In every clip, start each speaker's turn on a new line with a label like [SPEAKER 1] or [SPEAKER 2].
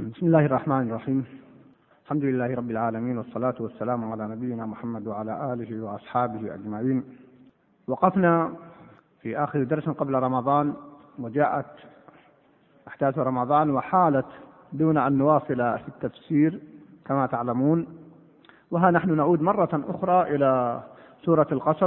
[SPEAKER 1] بسم الله الرحمن الرحيم. الحمد لله رب العالمين، والصلاة والسلام على نبينا محمد وعلى آله وأصحابه أجمعين. وقفنا في آخر درس قبل رمضان، وجاءت أحداث رمضان وحالت دون أن نواصل في التفسير كما تعلمون. وها نحن نعود مرة أخرى إلى سورة القصص.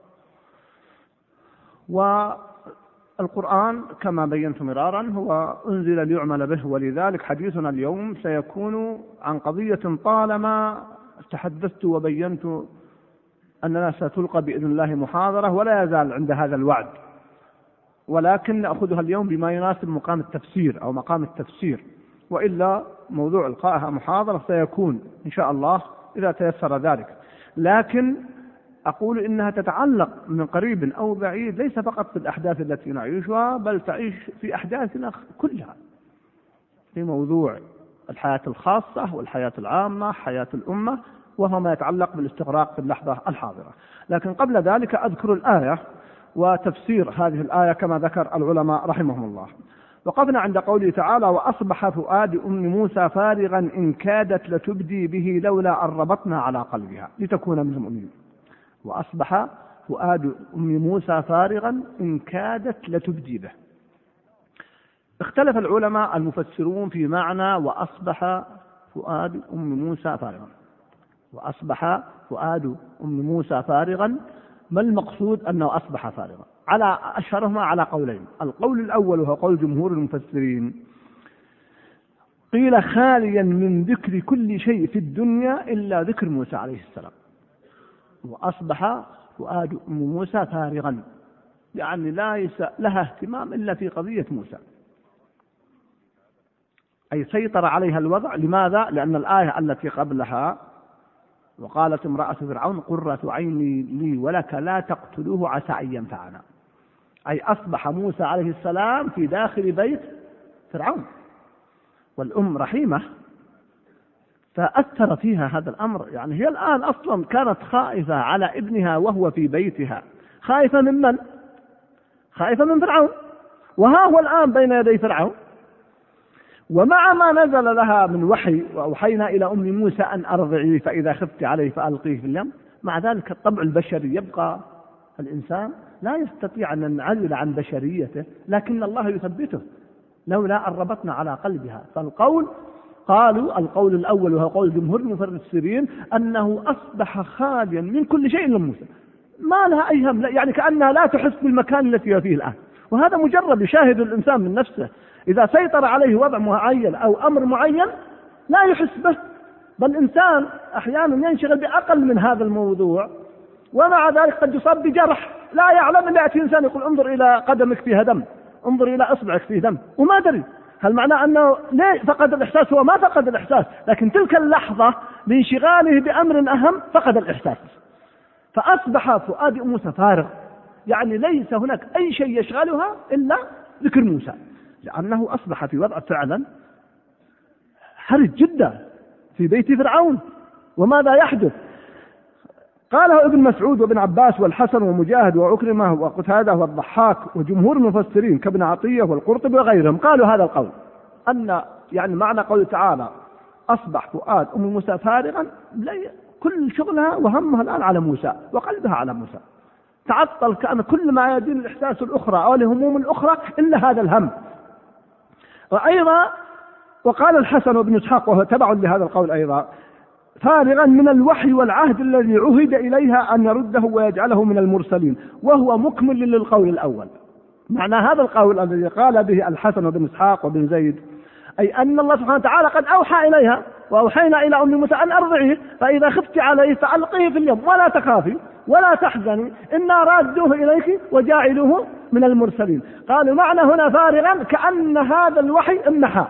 [SPEAKER 1] والقرآن كما بينت مرارا هو أنزل ليعمل به، ولذلك حديثنا اليوم سيكون عن قضية طالما تحدثت وبينت أننا ستلقى بإذن الله محاضرة، ولا يزال عند هذا الوعد، ولكن نأخذها اليوم بما يناسب مقام التفسير أو مقام التفسير، وإلا موضوع إلقائها محاضرة سيكون إن شاء الله إذا تيسر ذلك. لكن أقول إنها تتعلق من قريب أو بعيد ليس فقط بالأحداث التي نعيشها، بل تعيش في أحداثنا كلها، في موضوع الحياة الخاصة والحياة العامة، حياة الأمة، وهو ما يتعلق بالاستغراق في اللحظة الحاضرة. لكن قبل ذلك أذكر الآية وتفسير هذه الآية كما ذكر العلماء رحمهم الله. وقفنا عند قوله تعالى: وأصبح فؤاد أم موسى فارغا إن كادت لتبدي به لولا أن ربطنا على قلبها لتكون من المؤمنين. وأصبح فؤاد أم موسى فارغا إن كادت لتبدي به. اختلف العلماء المفسرون في معنى وأصبح فؤاد أم موسى فارغا. وأصبح فؤاد أم موسى فارغا، ما المقصود أنه أصبح فارغا؟ على أشهرهما على قولين. القول الأول وهو قول جمهور المفسرين، قيل خاليا من ذكر كل شيء في الدنيا إلا ذكر موسى عليه السلام. وأصبح فؤاد أم موسى فارغا، يعني ليس لها اهتمام إلا في قضية موسى، أي سيطر عليها الوضع. لماذا؟ لأن الآية التي قبلها: وقالت امرأة فرعون قرة عين لي ولك لا تقتلوه عسى أن ينفعنا، أي أصبح موسى عليه السلام في داخل بيت فرعون، والأم رحيمة فأثر فيها هذا الأمر. يعني هي الآن أصلا كانت خائفة على ابنها وهو في بيتها، خائفة من من؟ خائفة من فرعون، وها هو الآن بين يدي فرعون. ومع ما نزل لها من وحي: وأوحينا إلى أم موسى أن أرضعيه فإذا خفت عليه فألقيه في اليم، مع ذلك الطبع البشري يبقى. الإنسان لا يستطيع أن نعلل عن بشريته، لكن الله يثبته لولا أن ربطنا على قلبها. قالوا القول الأول وهو قول جمهور المفسرين أنه أصبح خاليا من كل شيء إلا موسى، ما لها أي هم، يعني كأنها لا تحس بالمكان التي هي فيه الآن. وهذا مجرد يشاهد الإنسان من نفسه، إذا سيطر عليه وضع معين أو أمر معين لا يحس به، بل الإنسان أحيانا ينشغل بأقل من هذا الموضوع، ومع ذلك قد يصاب بجرح لا يعلم. إلا يأتي إنسان يقول: انظر إلى قدمك فيها دم، انظر إلى أصبعك فيه دم، وما دري. هل معناه أنه ليه فقد الإحساس؟ هو ما فقد الإحساس، لكن تلك اللحظة لانشغاله بأمر أهم فقد الإحساس. فأصبح فؤاد موسى فارغ، يعني ليس هناك أي شيء يشغلها إلا ذكر موسى، لأنه أصبح في وضع فعلا حرج جدا في بيت فرعون. وماذا يحدث؟ قاله ابن مسعود وابن عباس والحسن ومجاهد وعكرمة وقتادة والضحاك وجمهور المفسرين كابن عطية والقرطبي وغيرهم، قالوا هذا القول، أن يعني معنى قوله تعالى أصبح فؤاد أم موسى فارغا، كل شغلها وهمها الآن على موسى وقلبها على موسى، تعطل، كأن كل ما يدين الإحساس الأخرى أو الهموم الأخرى إلا هذا الهم. وأيضا وقال الحسن وابن إسحاق وهو تبع لهذا القول أيضا: فارغا من الوحي والعهد الذي عهد إليها أن يرده ويجعله من المرسلين، وهو مكمل للقول الأول. معنى هذا القول الذي قال به الحسن وابن إسحاق وابن زيد، أي أن الله سبحانه وتعالى قد أوحى إليها: وأوحينا إلى أم موسى أن أرضعيه فإذا خفت عليه فألقيه في اليم ولا تخافي ولا تحزني إنا رادوه إليك وجاعلوه من المرسلين. قالوا معنى هنا فارغا كأن هذا الوحي امنحها،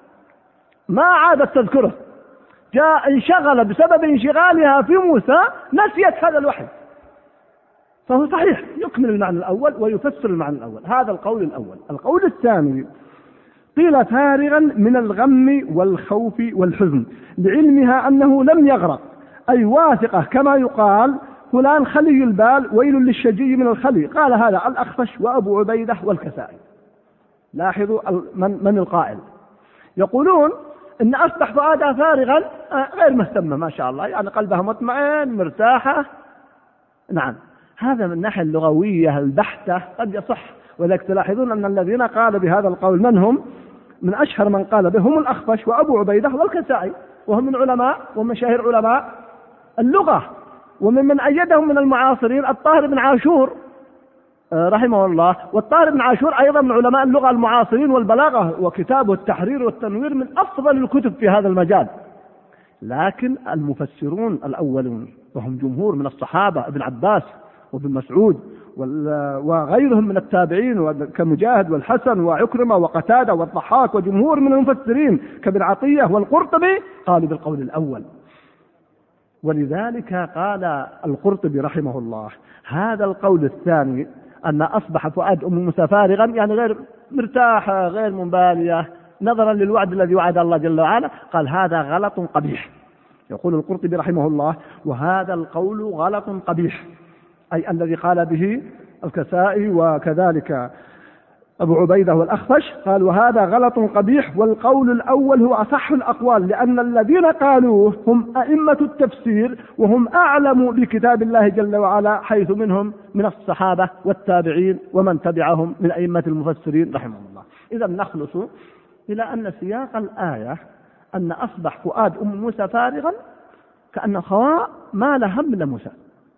[SPEAKER 1] ما عادت تذكره، جاء انشغل بسبب انشغالها في موسى، نسيت هذا الوحي. فهو صحيح يكمل المعنى الأول ويفسر المعنى الأول. هذا القول الأول. القول الثاني، قيل فارغا من الغم والخوف والحزن لعلمها أنه لم يغرق، أي واثقة، كما يقال فلان خلي البال ويل للشجي من الخلي. قال هذا الأخفش وأبو عبيدة والكسائي. لاحظوا من القائل. يقولون إن أصبح فؤادها فارغا غير مهتمة ما شاء الله، يعني قلبها مطمئن مرتاحة. نعم، هذا من الناحية اللغوية البحتة قد يصح. ولذلك تلاحظون أن الذين قالوا بهذا القول من هم؟ من أشهر من قال به هم الأخفش وأبو عبيدة والكسائي، وهم من علماء ومشاهير علماء اللغة. ومن أيدهم من المعاصرين الطاهر بن عاشور رحمه الله، والطاهر بن عاشور أيضا من علماء اللغة المعاصرين والبلاغة، وكتابه التحرير والتنوير من أفضل الكتب في هذا المجال. لكن المفسرون الأولون وهم جمهور من الصحابة ابن عباس وابن مسعود وغيرهم من التابعين كمجاهد والحسن وعكرمة وقتادة والضحاك وجمهور من المفسرين كابن عطية والقرطبي قالوا بالقول الأول. ولذلك قال القرطبي رحمه الله هذا القول الثاني أن أصبح فؤاد أم موسى فارغا، يعني غير مرتاحة غير منبالية نظرا للوعد الذي وعد الله جل وعلا، قال هذا غلط قبيح. يقول القرطبي رحمه الله وهذا القول غلط قبيح، أي الذي قال به الكسائي وكذلك أبو عبيدة والأخفش، قال وهذا غلط قبيح، والقول الأول هو أصح الأقوال، لأن الذين قالوه هم أئمة التفسير وهم أعلم بكتاب الله جل وعلا، حيث منهم من الصحابة والتابعين ومن تبعهم من أئمة المفسرين رحمهم الله. إذا نخلص إلى أن سياق الآية أن أصبح فؤاد أم موسى فارغا كأن خواء ما لهم من موسى.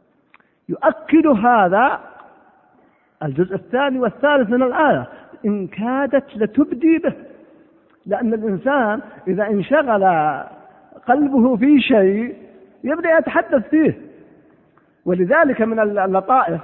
[SPEAKER 1] يؤكد هذا الجزء الثاني والثالث من الآية، إن كادت لتبدي به، لأن الإنسان إذا انشغل قلبه في شيء يبدأ يتحدث فيه. ولذلك من اللطائف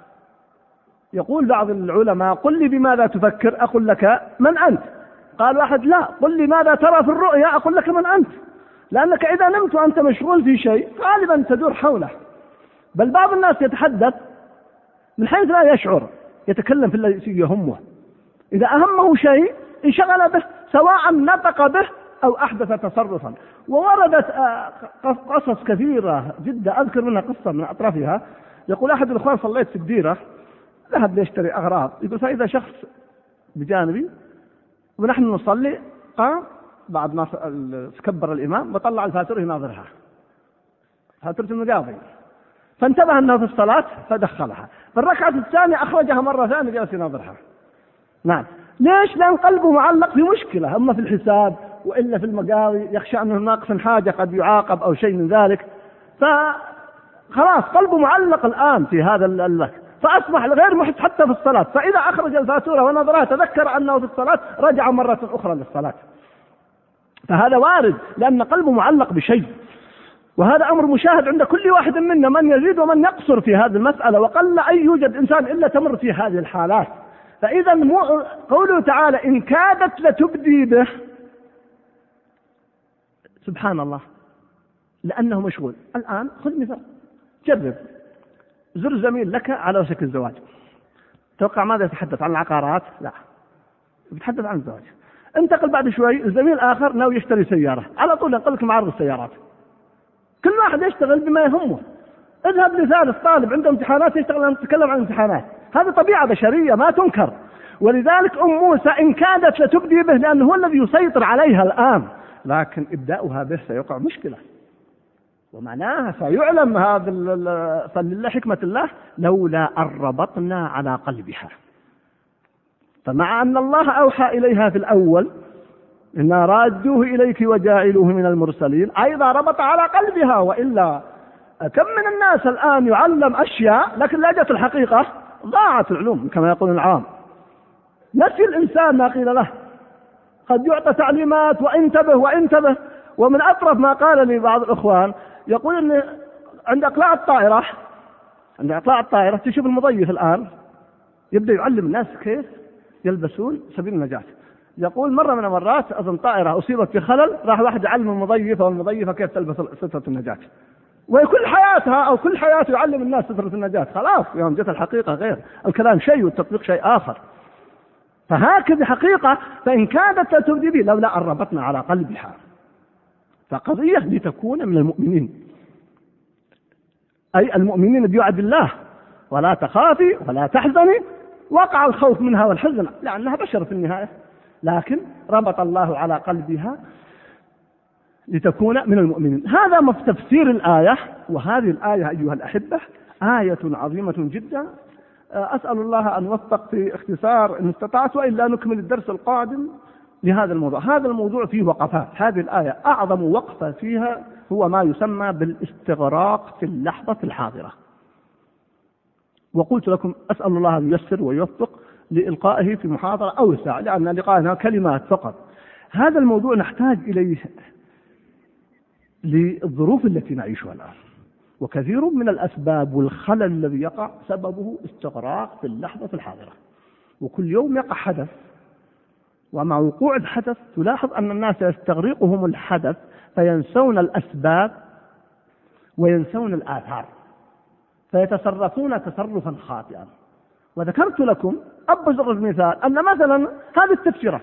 [SPEAKER 1] يقول بعض العلماء قل لي بماذا تفكر أقول لك من أنت، قال واحد لا قل لي ماذا ترى في الرؤيا أقول لك من أنت، لأنك إذا نمت وأنت مشغول في شيء غالبا تدور حوله. بل بعض الناس يتحدث من حيث لا يشعر، يتكلم في الذي يهمه، إذا أهمه شيء انشغل به سواء نطق به أو أحدث تصرفا. ووردت قصص كثيرة جدا، أذكر منها قصة من أطرافها. يقول أحد الأخوان صليت في الديرة، ذهب ليشتري أغراض، يقول فإذا شخص بجانبي ونحن نصلي قام بعد ما كبر الإمام وطلع الفاتورة يناظرها، فاتورة المقاضي، فانتبه أنه في الصلاة فدخلها، في الركعة الثانية أخرجها مرة ثانية جالس يناظرها. نعم، ليش؟ لأن قلبه معلق في مشكلة، أما في الحساب وإلا في المقاضي يخشى أنه ناقص حاجة قد يعاقب أو شيء من ذلك، فخلاص قلبه معلق الآن في هذا اللك، فأصبح غير محس حتى في الصلاة، فإذا أخرج الفاتورة ونظرها تذكر أنه في الصلاة رجع مرة أخرى للصلاة. فهذا وارد لأن قلبه معلق بشيء، وهذا أمر مشاهد عند كل واحد منا، من يزيد ومن يقصر في هذه المسألة، وقل أن يوجد إنسان إلا تمر في هذه الحالات. فإذا قوله تعالى إن كادت لتبدي به، سبحان الله، لأنه مشغول. الآن خذ مثال، جرب زر زميل لك على وشك الزواج، توقع ماذا يتحدث؟ عن العقارات؟ لا، يتحدث عن الزواج. انتقل بعد شوي الزميل آخر ناوي يشتري سيارة، على طول ينقل لك معرض السيارات. كل واحد يشتغل بما يهمه. اذهب لثالث طالب عنده امتحانات يشتغل يتكلم عن الامتحانات، هذه طبيعة بشرية ما تنكر. ولذلك أم موسى إن كادت لتبدي به، لأنه هو الذي يسيطر عليها الآن، لكن إبداؤها به سيقع مشكلة، ومعناها سيعلم هذا. فلله حكمة الله لولا أن ربطنا على قلبها. فمع أن الله أوحى إليها في الأول إنا رادوه إليك وجاعلوه من المرسلين، أيضا ربط على قلبها، وإلا كم من الناس الآن يعلم أشياء لكن لا جت الحقيقة، ضاعت العلوم كما يقول العام، نسي الإنسان ما قيل له، قد يعطى تعليمات وانتبه وانتبه. ومن أطرف ما قال لي بعض الأخوان يقول إن عند إقلاع الطائرة تشوف المضيف الآن يبدأ يعلم الناس كيف يلبسون سبيل النجاة. يقول مرة من المرات أظن طائرة أصيبت بخلل، راح واحد يعلم المضيف والمضيفة كيف تلبس سترة النجاة، وكل حياتها أو كل حياته يعلم الناس سترة النجاة. خلاص يوم جت الحقيقة غير، الكلام شيء والتطبيق شيء آخر. فهكذا حقيقة. فإن كادت تبدي به لولا أن ربطنا على قلبها، فقضية لتكون من المؤمنين، أي المؤمنين بوعد الله، ولا تخافي ولا تحزني. وقع الخوف منها والحزن لأنها بشر في النهاية، لكن ربط الله على قلبها لتكون من المؤمنين. هذا ما في تفسير الآية. وهذه الآية أيها الأحبة آية عظيمة جدا. أسأل الله أن يوفق في اختصار إن استطعت، وإلا نكمل الدرس القادم لهذا الموضوع. هذا الموضوع فيه وقفات. هذه الآية أعظم وقفة فيها هو ما يسمى بالاستغراق في اللحظة الحاضرة. وقلت لكم أسأل الله أن ييسر ويوفق لإلقائه في محاضرة أوسع، لأن لقائنا كلمات فقط. هذا الموضوع نحتاج إليه للظروف التي نعيشها الآن، وكثير من الأسباب والخلل الذي يقع سببه استغراق في اللحظة الحاضرة. وكل يوم يقع حدث، ومع وقوع الحدث تلاحظ أن الناس يستغرقهم الحدث فينسون الأسباب وينسون الآثار، فيتصرفون تصرفا خاطئا. وذكرت لكم أبسط المثال أن مثلا هذه التفسيرات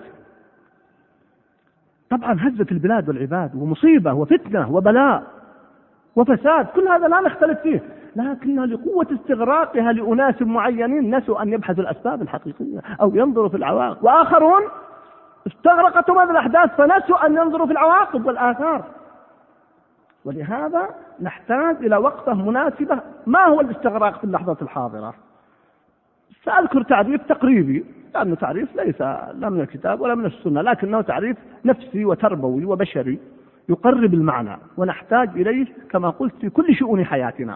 [SPEAKER 1] طبعا هزت البلاد والعباد، ومصيبة وفتنة وبلاء وفساد، كل هذا لا نختلف فيه، لكنها لقوة استغراقها لأناس معينين نسوا أن يبحثوا الأسباب الحقيقية أو ينظروا في العواقب، وآخرون استغرقتهم هذه الأحداث فنسوا أن ينظروا في العواقب والآثار. ولهذا نحتاج إلى وقفة مناسبة. ما هو الاستغراق في اللحظة الحاضرة؟ سأذكر تعريف تقريبي، لأنه تعريف ليس لا من الكتاب ولا من السنة، لكنه تعريف نفسي وتربوي وبشري يقرب المعنى، ونحتاج إليه كما قلت في كل شؤون حياتنا.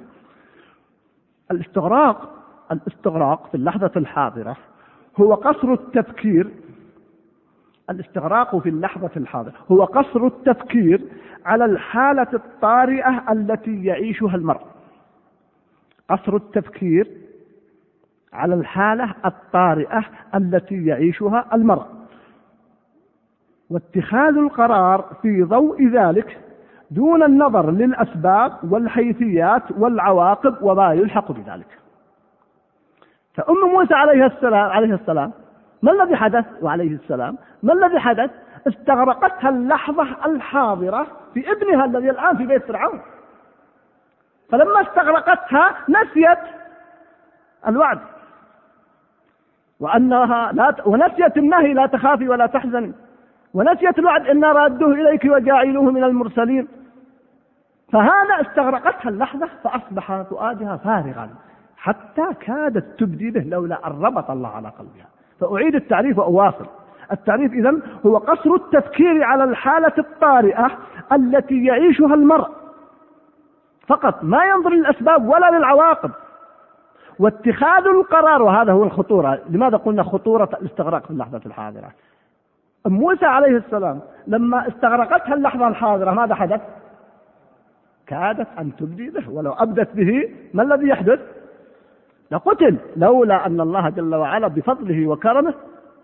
[SPEAKER 1] الاستغراق في اللحظة الحاضرة هو قصر التفكير. الاستغراق في اللحظة الحاضرة هو قصر التفكير على الحالة الطارئة التي يعيشها المرء. قصر التفكير على الحالة الطارئة التي يعيشها المرء، واتخاذ القرار في ضوء ذلك دون النظر للأسباب والحيثيات والعواقب وما يلحق بذلك. فأم موسى عليه السلام ما الذي حدث؟ وعليه السلام ما الذي حدث؟ استغرقتها اللحظة الحاضرة في ابنها الذي الآن في بيت فرعون، فلما استغرقتها نسيت الوعد ونسيت النهي لا تخافي ولا تحزني، ونسيت الوعد إنا رادوه إليك وجاعلوه من المرسلين. فهذا استغرقتها اللحظة فأصبح فؤادها فارغا حتى كادت تبدي به لولا أن ربط الله على قلبها. فأعيد التعريف وأواصل. التعريف إذن هو قصر التفكير على الحالة الطارئة التي يعيشها المرء فقط، ما ينظر للأسباب ولا للعواقب، واتخاذ القرار. وهذا هو الخطورة. لماذا قلنا خطورة الاستغراق في اللحظة الحاضرة؟ موسى عليه السلام لما استغرقتها اللحظة الحاضرة ماذا حدث؟ كادت أن تبدي به، ولو أبدت به ما الذي يحدث؟ لقتل، لولا أن الله جل وعلا بفضله وكرمه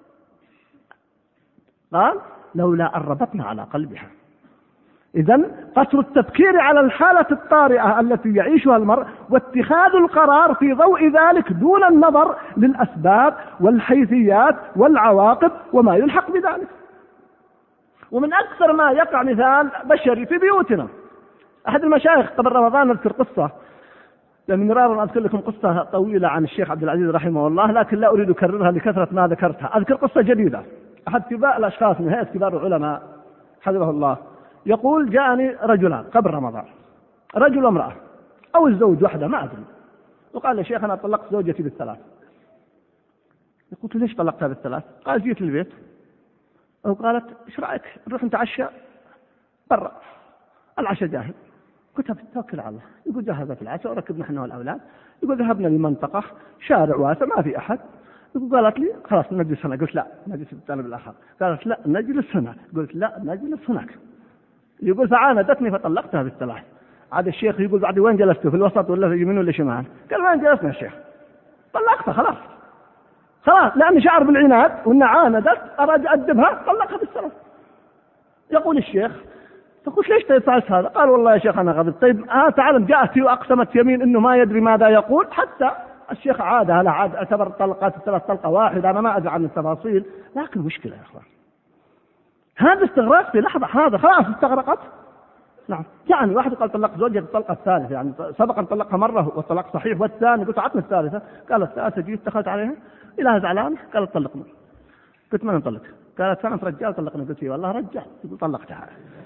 [SPEAKER 1] قال لولا أن ربطنا على قلبها. إذن قصر التفكير على الحالة الطارئة التي يعيشها المرء واتخاذ القرار في ضوء ذلك دون النظر للأسباب والحيثيات والعواقب وما يلحق بذلك. ومن أكثر ما يقع مثال بشري في بيوتنا. أحد المشايخ قبل رمضان أذكر قصة، لأن مرارا أذكر لكم قصة طويلة عن الشيخ عبد العزيز رحمه الله، لكن لا أريد أكررها لكثرة ما ذكرتها. أذكر قصة جديدة. أحد كبار الأشخاص من هيئة كبار العلماء حفظه الله يقول جاءني رجلان قبل رمضان، رجل وامرأة أو الزوج وحده ما أدري، وقال لي شيخ أنا طلقت زوجتي بالثلاث. قلت ليش طلقتها بالثلاث؟ قال جيت البيت أو قالت إيش رأيك نروح نتعشى برا، العشاء جاهز. قلت توكل على الله. يقول جهزت العشاء وركبنا احنا والأولاد. يقول ذهبنا لمنطقة شارع واسع ما في أحد. يقول قالت لي خلاص نجلس هنا. قلت لا نجلس بالجانب الآخر. قالت لا نجلس هنا. قلت لا نجلس هناك. يقول فعاندتني فطلقتها بالثلاث. عاد الشيخ يقول بعد وين جلستوا في الوسط ولا في يمين ولا شمال؟ قال وين جلسنا الشيخ؟ طلقتها خلاص لأني شعر بالعناد وإن عاندت أراد أدبها طلقها بالثلاث. يقول الشيخ فقلت ليش تفعل هذا؟ قال والله يا شيخ أنا غضبت. طيب تعلم جاءت وأقسمت يمين إنه ما يدري ماذا يقول، حتى الشيخ عادها لا عاد اعتبر الطلقات الثلاث طلقة واحدة. أنا ما أدري عن التفاصيل، لكن مشكلة يا أخوان. هذا استغراق في لحظة، هذا خلاص استغرقت. نعم يعني واحد قال طلق زوجته الطلقة الثالثة، يعني سبقا طلقها مرة والطلاق صحيح، والثاني قلت عطني الثالثة. قال الثالثة جيت دخلت عليها إلى زعلان قالت طلقنا. قلت من نطلق؟ قالت أنا رجال طلقنا. قلت والله رجال. يقول طلقتها.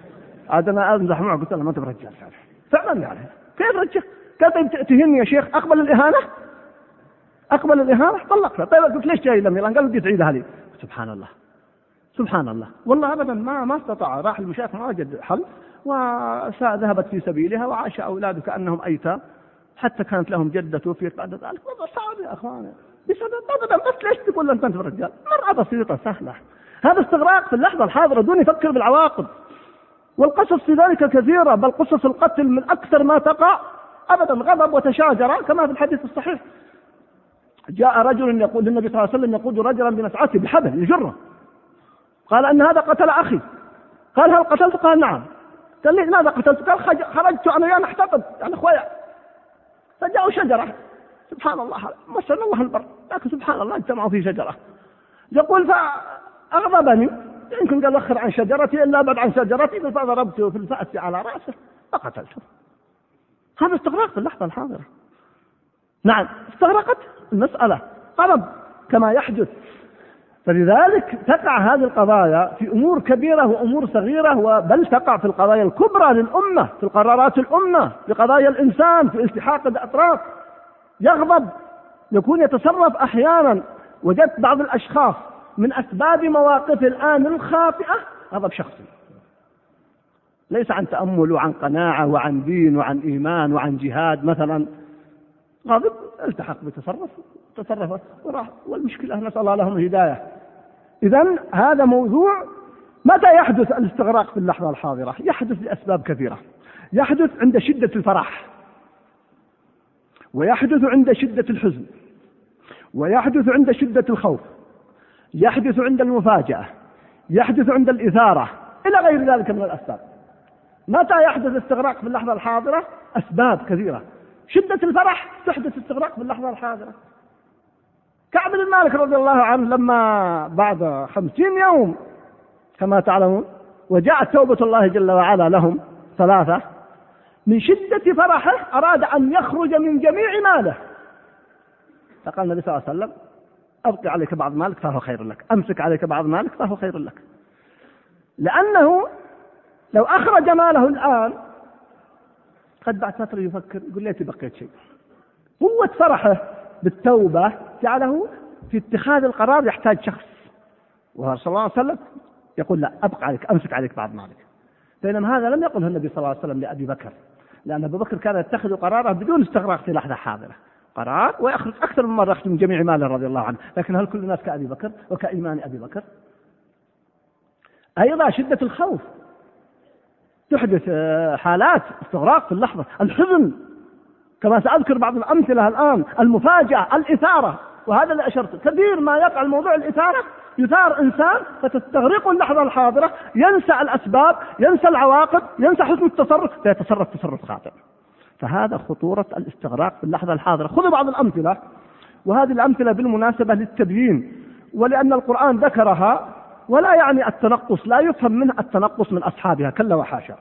[SPEAKER 1] عاد أنا أمزح معه قلت له ما تبي رجال فعلا يعني كيف رجال؟ قال طيب تهني يا شيخ أقبل الإهانة؟ أقبل الإهانة طلقها. طيب قلت ليش جاي لميلان؟ قال بدي تعيدها لي. سبحان الله سبحان الله والله أبدا ما استطاع. راح المشايخ ما وجد حل وذهبت في سبيلها وعاش أولاده كأنهم أيتام حتى كانت لهم جدة توفيت بعد ذلك. والله صعب يا أخواني بسبب أبدا. بس ليش تقول أنت رجال؟ مرة بسيطة سهلة. هذا استغراق في اللحظة الحاضرة دون يفكر بالعواقب. والقصص في ذلك كثيرة، بل قصص القتل من أكثر ما تقع أبدا غضب وتشاجر كما في الحديث الصحيح. جاء رجل يقول للنبي صلى الله عليه وسلم يقود رجلا بنسعته بحبل يجره، قال أن هذا قتل أخي. قال هل قتلت؟ قال نعم. قال لي ماذا قتلت؟ قال خرجت أنا وياه نحتقد يعني أخويا فجاءوا شجرة. سبحان الله مسنا الله البر، لكن سبحان الله اجتمعوا في شجرة. يقول فأغضبني يمكن قال أخر عن شجرتي إلا بعد عن شجرتي فضربته في الفأس على رأسه فقتلته. هذا استغراق في اللحظة الحاضرة. نعم استغرقت المسألة غضب كما يحدث. فلذلك تقع هذه القضايا في أمور كبيرة وأمور صغيرة، بل تقع في القضايا الكبرى للأمة، في القرارات الأمة، في قضايا الإنسان، في التحاق الأطراف. يغضب يكون يتصرف أحيانا. وجدت بعض الأشخاص من أسباب مواقف الآن الخاطئة غضب شخصي، ليس عن تأمل وعن قناعة وعن دين وعن إيمان وعن جهاد مثلا. غضب التحق تصرف وراح، والمشكلة نسأل الله لهم الهداية. إذن هذا موضوع. متى يحدث الاستغراق في اللحظة الحاضرة؟ يحدث لأسباب كثيرة. يحدث عند شدة الفرح، ويحدث عند شدة الحزن، ويحدث عند شدة الخوف، يحدث عند المفاجأة، يحدث عند الإثارة، إلى غير ذلك من الأسباب. متى يحدث الاستغراق في اللحظة الحاضرة؟ أسباب كثيرة. شدة الفرح تحدث استغراق في اللحظة الحاضرة. كعب بن مالك رضي الله عنه لما بعد 50 يوم كما تعلمون وجاءت توبة الله جل وعلا لهم 3، من شدة فرحه أراد أن يخرج من جميع ماله، فقال النبي صلى الله عليه وسلم أبقي عليك بعض مالك فهو خير لك، أمسك عليك بعض مالك فهو خير لك. لأنه لو أخرج ماله الآن قد بعد فترة يفكر يقول ليتي بقيت شيء. قوة فرحه بالتوبة جعله في اتخاذ القرار يحتاج شخص، وصلى الله عليه وسلم يقول لا أبقى عليك أمسك عليك بعض مالك. بينما هذا لم يقله النبي صلى الله عليه وسلم لأبي بكر، لأن أبي بكر كان يتخذ قراره بدون استغراق في لحظة حاضرة، قرار ويخرج أكثر من مرة من جميع ماله رضي الله عنه. لكن هل كل الناس كأبي بكر وكإيمان أبي بكر؟ أيضا شدة الخوف تحدث حالات استغراق في اللحظة. الحزن كما سأذكر بعض الأمثلة الآن، المفاجأة، الإثارة، وهذا اللي أشرت كثير ما يقع الموضوع الإثارة. يثار إنسان فتستغرق اللحظة الحاضرة، ينسى الأسباب، ينسى العواقب، ينسى حسن التصرف، فيتصرف تصرف خاطئ. فهذا خطورة الاستغراق في اللحظة الحاضرة. خذوا بعض الأمثلة، وهذه الأمثلة بالمناسبة للتبيين، ولأن القرآن ذكرها، ولا يعني التنقص، لا يفهم منه التنقص من أصحابها، كلا وحاشا.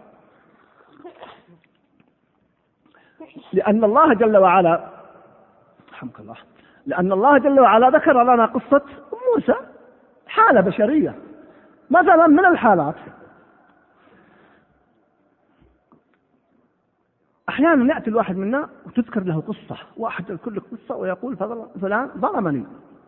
[SPEAKER 1] لأن الله جل وعلا رحمك الله، لأن الله جل وعلا ذكر لنا قصة موسى، حالة بشرية. مثلا من الحالات أحيانا يأتي الواحد منا وتذكر له قصة، واحد كل قصة ويقول فلان ظلمني.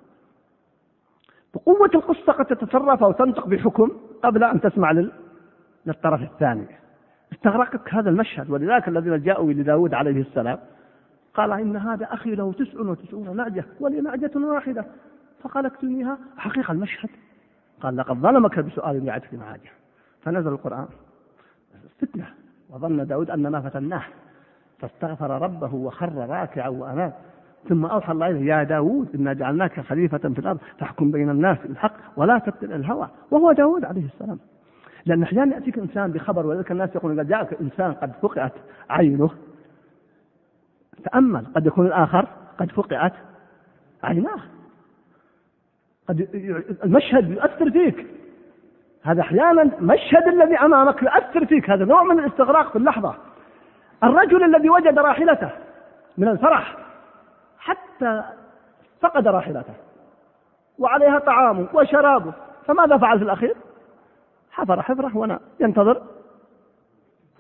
[SPEAKER 1] بقوة القصة قد تتصرف أو تنطق بحكم قبل أن تسمع للطرف الثاني. استغرقك هذا المشهد. ولذلك الذين جاءوا لداود عليه السلام قال إن هذا أخي له 99 نعجة ولي نعجة واحدة فقال اقتلنيها. حقيقة المشهد قال لقد ظلمك بسؤال نعجة نعجة. فنزل القرآن فتنة، وظن داود أننا فتناه فاستغفر ربه وخر راكعا وأناب. ثم أوحى الله إليه يا داود إنا جعلناك خليفة في الأرض فاحكم بين الناس بالحق ولا تتبع الهوى. وهو داود عليه السلام. لأن أحيانا يأتيك إنسان بخبر وذلك الناس يقولون إذا جاءك إنسان قد فقعت عينه، تأمل، قد يكون الآخر قد فقعت عيناه، قد المشهد يؤثر فيك. هذا أحيانا مشهد الذي أمامك يؤثر فيك. هذا نوع من الاستغراق في اللحظة. الرجل الذي وجد راحلته من الفرح حتى فقد راحلته وعليها طعامه وشرابه، فماذا فعل في الأخير؟ حفر حفرة هنا ينتظر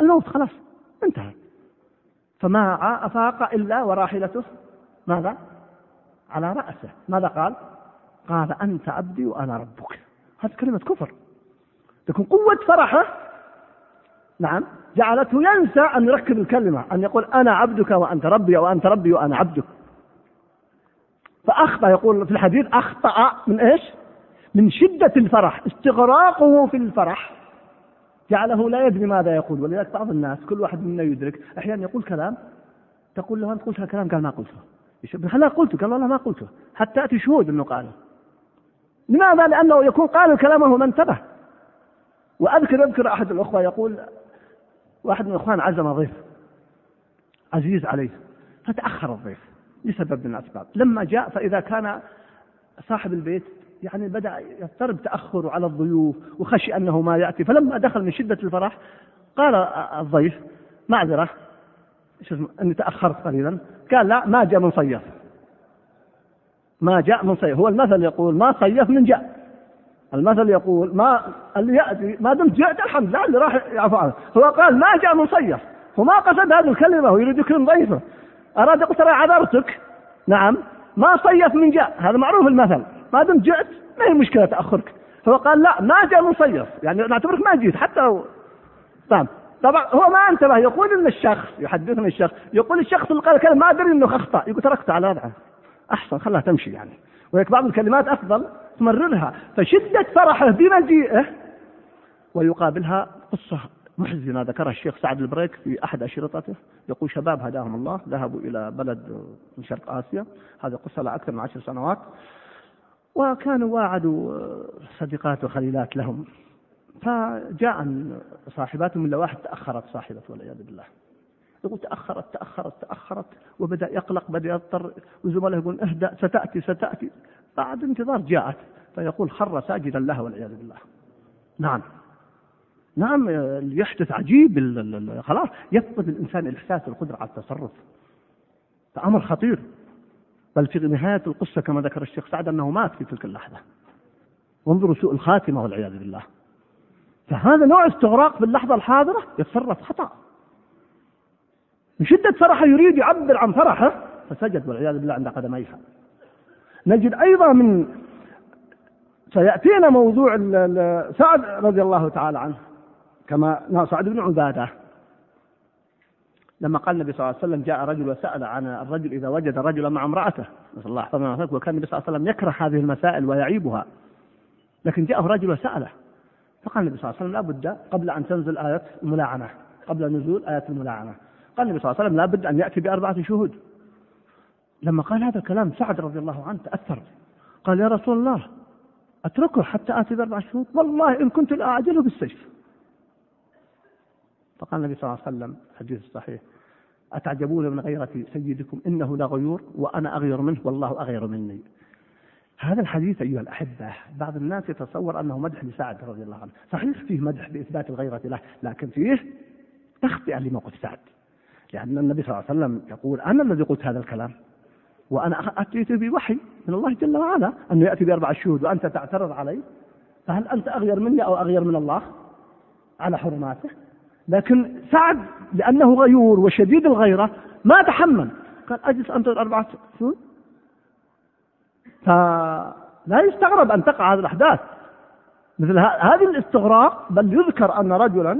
[SPEAKER 1] الموت خلاص انتهى. فما أفاق إلا وراحلته ماذا؟ على رأسه. ماذا قال؟ قال أنت عبدي وأنا ربك. هذه كلمة كفر، تكون قوة فرحه نعم جعلته ينسى أن يركب الكلمة، أن يقول أنا عبدك وأنت ربي، وأنت ربي وأنا عبدك. فأخطأ، يقول في الحديث أخطأ من إيش؟ من شدة الفرح، استغراقه في الفرح جعله لا يدري ماذا يقول. ولذلك بعض الناس كل واحد منا يدرك أحيانا يقول كلام تقول له أنت قلت هالكلام، قال ما قلته. هلا قلته، قال والله ما قلته، حتى تأتي شهود أنه قاله. لماذا؟ لأنه يكون قال كلامه ما انتبه. وأذكر أحد الأخوة يقول واحد من الأخوان عزم ضيف عزيز عليه فتأخر الضيف لسبب من الأسباب. لما جاء فإذا كان صاحب البيت يعني بدأ يضطرب تأخر على الضيوف وخشي أنه ما يأتي. فلما دخل من شدة الفرح قال الضيف معذرة أني تأخرت قليلا. قال لا، ما جاء من صيف، ما جاء من صيف. هو المثل يقول ما صيف من جاء. المثل يقول ما اللي يأتي ما دمت جاءت الحمد لله اللي راح يعفو عنه. هو قال ما جاء من صيف، وما قصد هذه الكلمة ويريد يكون ضيفه، أراد يقول ترى عذرتك نعم ما صيف من جاء، هذا معروف المثل، ما دمت جئت ما هي مشكلة تأخرك. فهو قال لا ما جاء من صيف، يعني نعتبرك ما جيت حتى طبعا هو ما انتبه. يقول ان الشخص يحدثني الشخص يقول الشخص اللي قال كلمة ما أدري انه أخطأ، يقول تركت على وضعه أحسن خلها تمشي يعني. ولكن بعض الكلمات أفضل تمررها. فشدة فرحه بمجيئه ويقابلها قصة محزنة ذكرها الشيخ سعد البريك في أحد أشرطته. يقول شباب هداهم الله ذهبوا إلى بلد من شرق آسيا، هذه قصة لا أكثر من 10 سنوات، وكانوا واعدوا صديقات وخليلات لهم، فجاء صاحباتهم إلا واحد تأخرت صاحبته والعياذ بالله. يقول تأخرت وبدأ يقلق، بدأ يضطر، وزملائه يقول اهدأ ستأتي. بعد انتظار جاءت، فيقول خر ساجدا لها والعياذ بالله. نعم يحدث عجيب، خلاص يفقد الإنسان الإحساس والقدرة على التصرف، فأمر خطير. بل في نهاية القصة كما ذكر الشيخ سعد أنه مات في تلك اللحظة. وانظروا سوء الخاتمة والعياذ بالله. فهذا نوع استغراق في اللحظة الحاضرة، يتصرف خطأ من شدة فرحه، يريد يعبر عن فرحه فسجد والعياذ بالله عند قدميها. نجد أيضا من سيأتينا موضوع سعد رضي الله تعالى عنه، كما سعد بن عبادة لما قال النبي صلى الله عليه وسلم جاء رجل وسأل عن الرجل إذا وجد رجلا مع امرأته، نسأل الله يحفظنا، وكان النبي صلى الله عليه وسلم يكره هذه المسائل ويعيبها، لكن جاءه رجل وسأله، فقال النبي صلى الله عليه وسلم لا بد قبل أن تنزل آية الملاعنة، قبل نزول آية الملاعنة، قال النبي صلى الله عليه وسلم لا بد أن يأتي ب4 شهود. لما قال هذا الكلام سعد رضي الله عنه تأثر، قال يا رسول الله أتركه حتى آتي ب4 شهود، والله إن كنت لأعجله بالسيف. فقال النبي صلى الله عليه وسلم حديث صحيح أتعجبون من غيرة سيدكم إنه لغيور وأنا أغير منه والله أغير مني. هذا الحديث أيها الأحبة بعض الناس يتصور أنه مدح لسعد رضي الله عنه، صحيح فيه مدح بإثبات الغيرة له، لكن فيه تخطئة لموقف سعد، لأن النبي صلى الله عليه وسلم يقول أنا الذي قلت هذا الكلام وأنا أتيت بوحي من الله جل وعلا أنه يأتي ب4 شهود وأنت تعترض علي، فهل أنت أغير مني أو أغير من الله على حرماته؟ لكن سعد لأنه غيور وشديد الغيرة ما تحمل، قال أجلس أنتظر 4 شهود. فلا يستغرب أن تقع هذه الأحداث مثل هذه الاستغراق. بل يذكر أن رجلا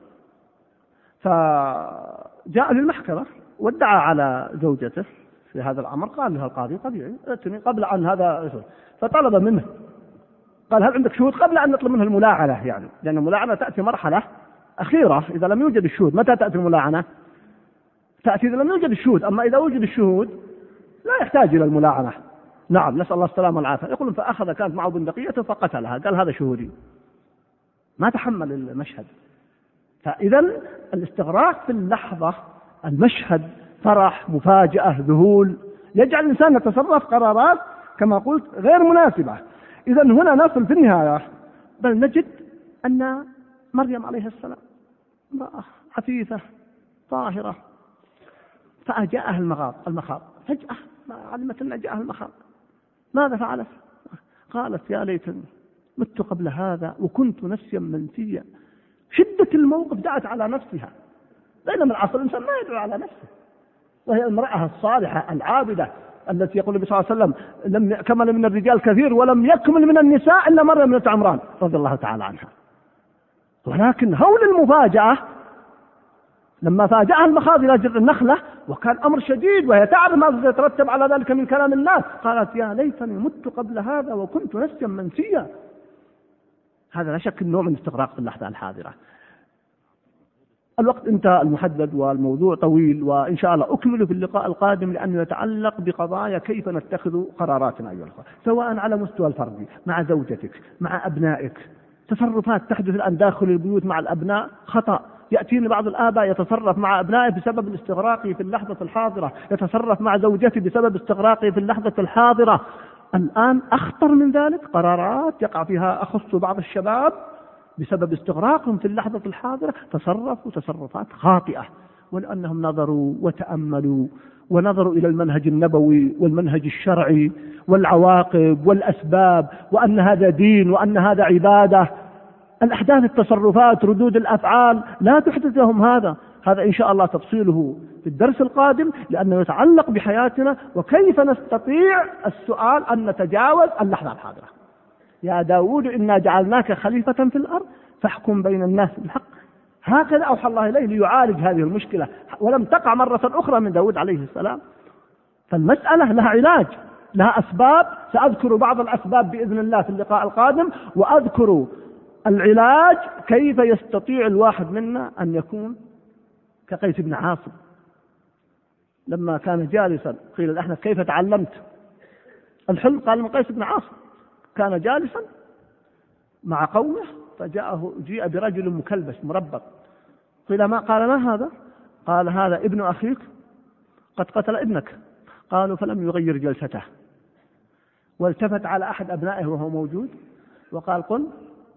[SPEAKER 1] فجاء للمحكمة وادعى على زوجته في هذا الأمر، قال لها القاضي طبيعي ائتني قبل أن هذا، فطلب منه قال هل عندك شهود قبل أن نطلب منه الملاعنة، يعني لأن الملاعنة تأتي مرحلة أخيرة إذا لم يوجد الشهود. متى تأتي الملاعنة؟ تأتي إذا لم يوجد الشهود، أما إذا وجد الشهود لا يحتاج إلى الملاعنة. نعم نسأل الله السلامة والعافية. يقول فأخذ كانت معه بندقيته فقتلها، قال هذا شهودي، ما تحمل المشهد. فإذا الاستغراق في اللحظة، المشهد فرح مفاجأة ذهول، يجعل الإنسان يتصرف قرارات كما قلت غير مناسبة. إذا هنا نصل في النهاية بل نجد أن مريم عليه السلام امرأة عفيفة طاهرة، فأجاءها المخاض فجأة ما علمت أن جاءها المخاض. ماذا فعلت؟ قالت يا ليتني مت قبل هذا وكنت نسيا منسيا. شدة الموقف دعت على نفسها بينما العصر الإنسان ما يدعو على نفسه، وهي المرأة الصالحة العابدة التي يقول النبي صلى الله عليه وسلم لم كمل من الرجال كثير ولم يكمل من النساء إلا مريم بنت عمران رضي الله تعالى عنها. ولكن هول المفاجأة لما فاجأها المخاض إلى جذع النخلة وكان أمر شديد وهي تعرف ما يترتب على ذلك من كلام الناس، قالت يا ليتني مت قبل هذا وكنت نسيا منسيا. هذا لا شك نوع من استغراق في اللحظة الحاضرة. الوقت انتهى المحدد والموضوع طويل، وإن شاء الله أكمل في اللقاء القادم لأنه يتعلق بقضايا كيف نتخذ قراراتنا أيها الأخوة، سواء على مستوى الفردي مع زوجتك مع أبنائك. تصرفات تحدث الآن داخل البيوت مع الأبناء خطأ. يأتيني بعض الآباء يتصرف مع أبنائه بسبب الاستغراق في اللحظة الحاضرة، يتصرف مع زوجته بسبب استغراقه في اللحظة الحاضرة. الآن أخطر من ذلك قرارات يقع فيها أخص بعض الشباب بسبب استغراقهم في اللحظة الحاضرة، تصرفوا تصرفات خاطئة، ولأنهم نظروا وتأملوا ونظروا إلى المنهج النبوي والمنهج الشرعي والعواقب والأسباب، وأن هذا دين وأن هذا عبادة. الأحداث التصرفات ردود الأفعال لا تحدث لهم هذا إن شاء الله تفصيله في الدرس القادم، لأنه يتعلق بحياتنا وكيف نستطيع السؤال أن نتجاوز اللحظة الحاضرة. يا داود إنا جعلناك خليفة في الأرض فاحكم بين الناس بالحق. هكذا أوحى الله إليه ليعالج هذه المشكلة، ولم تقع مرة أخرى من داود عليه السلام. فالمسألة لها علاج، لها أسباب، سأذكر بعض الأسباب بإذن الله في اللقاء القادم، وأذكر العلاج كيف يستطيع الواحد منا أن يكون كقيس بن عاصم لما كان جالسا. قيل الأحنف كيف تعلمت الحلم؟ قال من قيس بن عاصم، كان جالسا مع قومه جيء برجل مكلبش مربط. قيل ما؟ قال ما هذا؟ قال هذا ابن أخيك قد قتل ابنك. قالوا فلم يغير جلسته، والتفت على أحد أبنائه وهو موجود وقال قل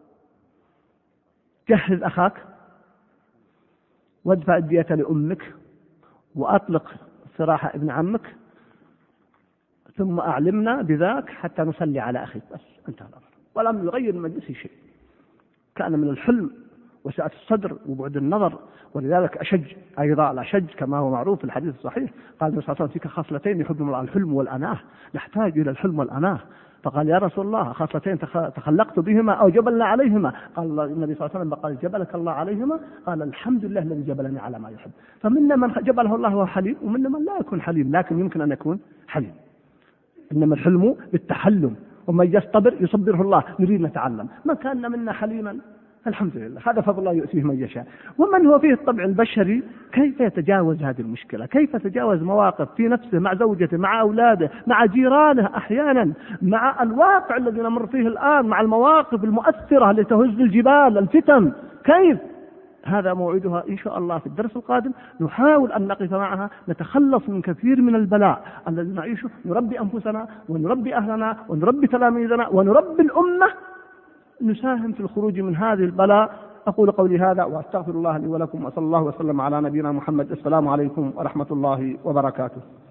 [SPEAKER 1] جهز أخاك وادفع الدية لأمك وأطلق سراح ابن عمك ثم أعلمنا بذاك حتى نصلي على أخيك. بس انتهى الأمر، ولم يغير المجلس شيء. كان من الحلم وسعة الصدر وبعد النظر، ولذلك أشج أيضا الأشج كما هو معروف في الحديث الصحيح. قال النبي صلى الله عليه وسلم فيك خصلتين يحبهم الله، الحلم والأناه، نحتاج إلى الحلم والأناه. فقال يا رسول الله خصلتين تخلقت بهما أو جبلنا عليهما؟ قال النبي صلى الله عليه وسلم قال جبلك الله عليهما؟ قال الحمد لله الذي جبلني على ما يحب. فمنا من جبله الله وهو حليم، ومنا من لا يكون حليم لكن يمكن أن يكون حليم. إنما الحلم بالتحلم، ومن يصطبر يصبره الله. نريد نتعلم. من كان منا حليما الحمد لله، هذا فضل الله يؤتيه من يشاء. ومن هو فيه الطبع البشري كيف يتجاوز هذه المشكلة، كيف يتجاوز مواقف في نفسه مع زوجته مع أولاده مع جيرانه، أحيانا مع الواقع الذي نمر فيه الآن، مع المواقف المؤثرة التي تهز الجبال الفتن. كيف؟ هذا موعدها إن شاء الله في الدرس القادم. نحاول أن نقف معها، نتخلص من كثير من البلاء الذي نعيشه، نربي أنفسنا ونربي أهلنا ونربي تلاميذنا ونربي الأمة، نساهم في الخروج من هذه البلاء. أقول قولي هذا وأستغفر الله لي ولكم، وصلى الله وسلم على نبينا محمد. السلام عليكم ورحمة الله وبركاته.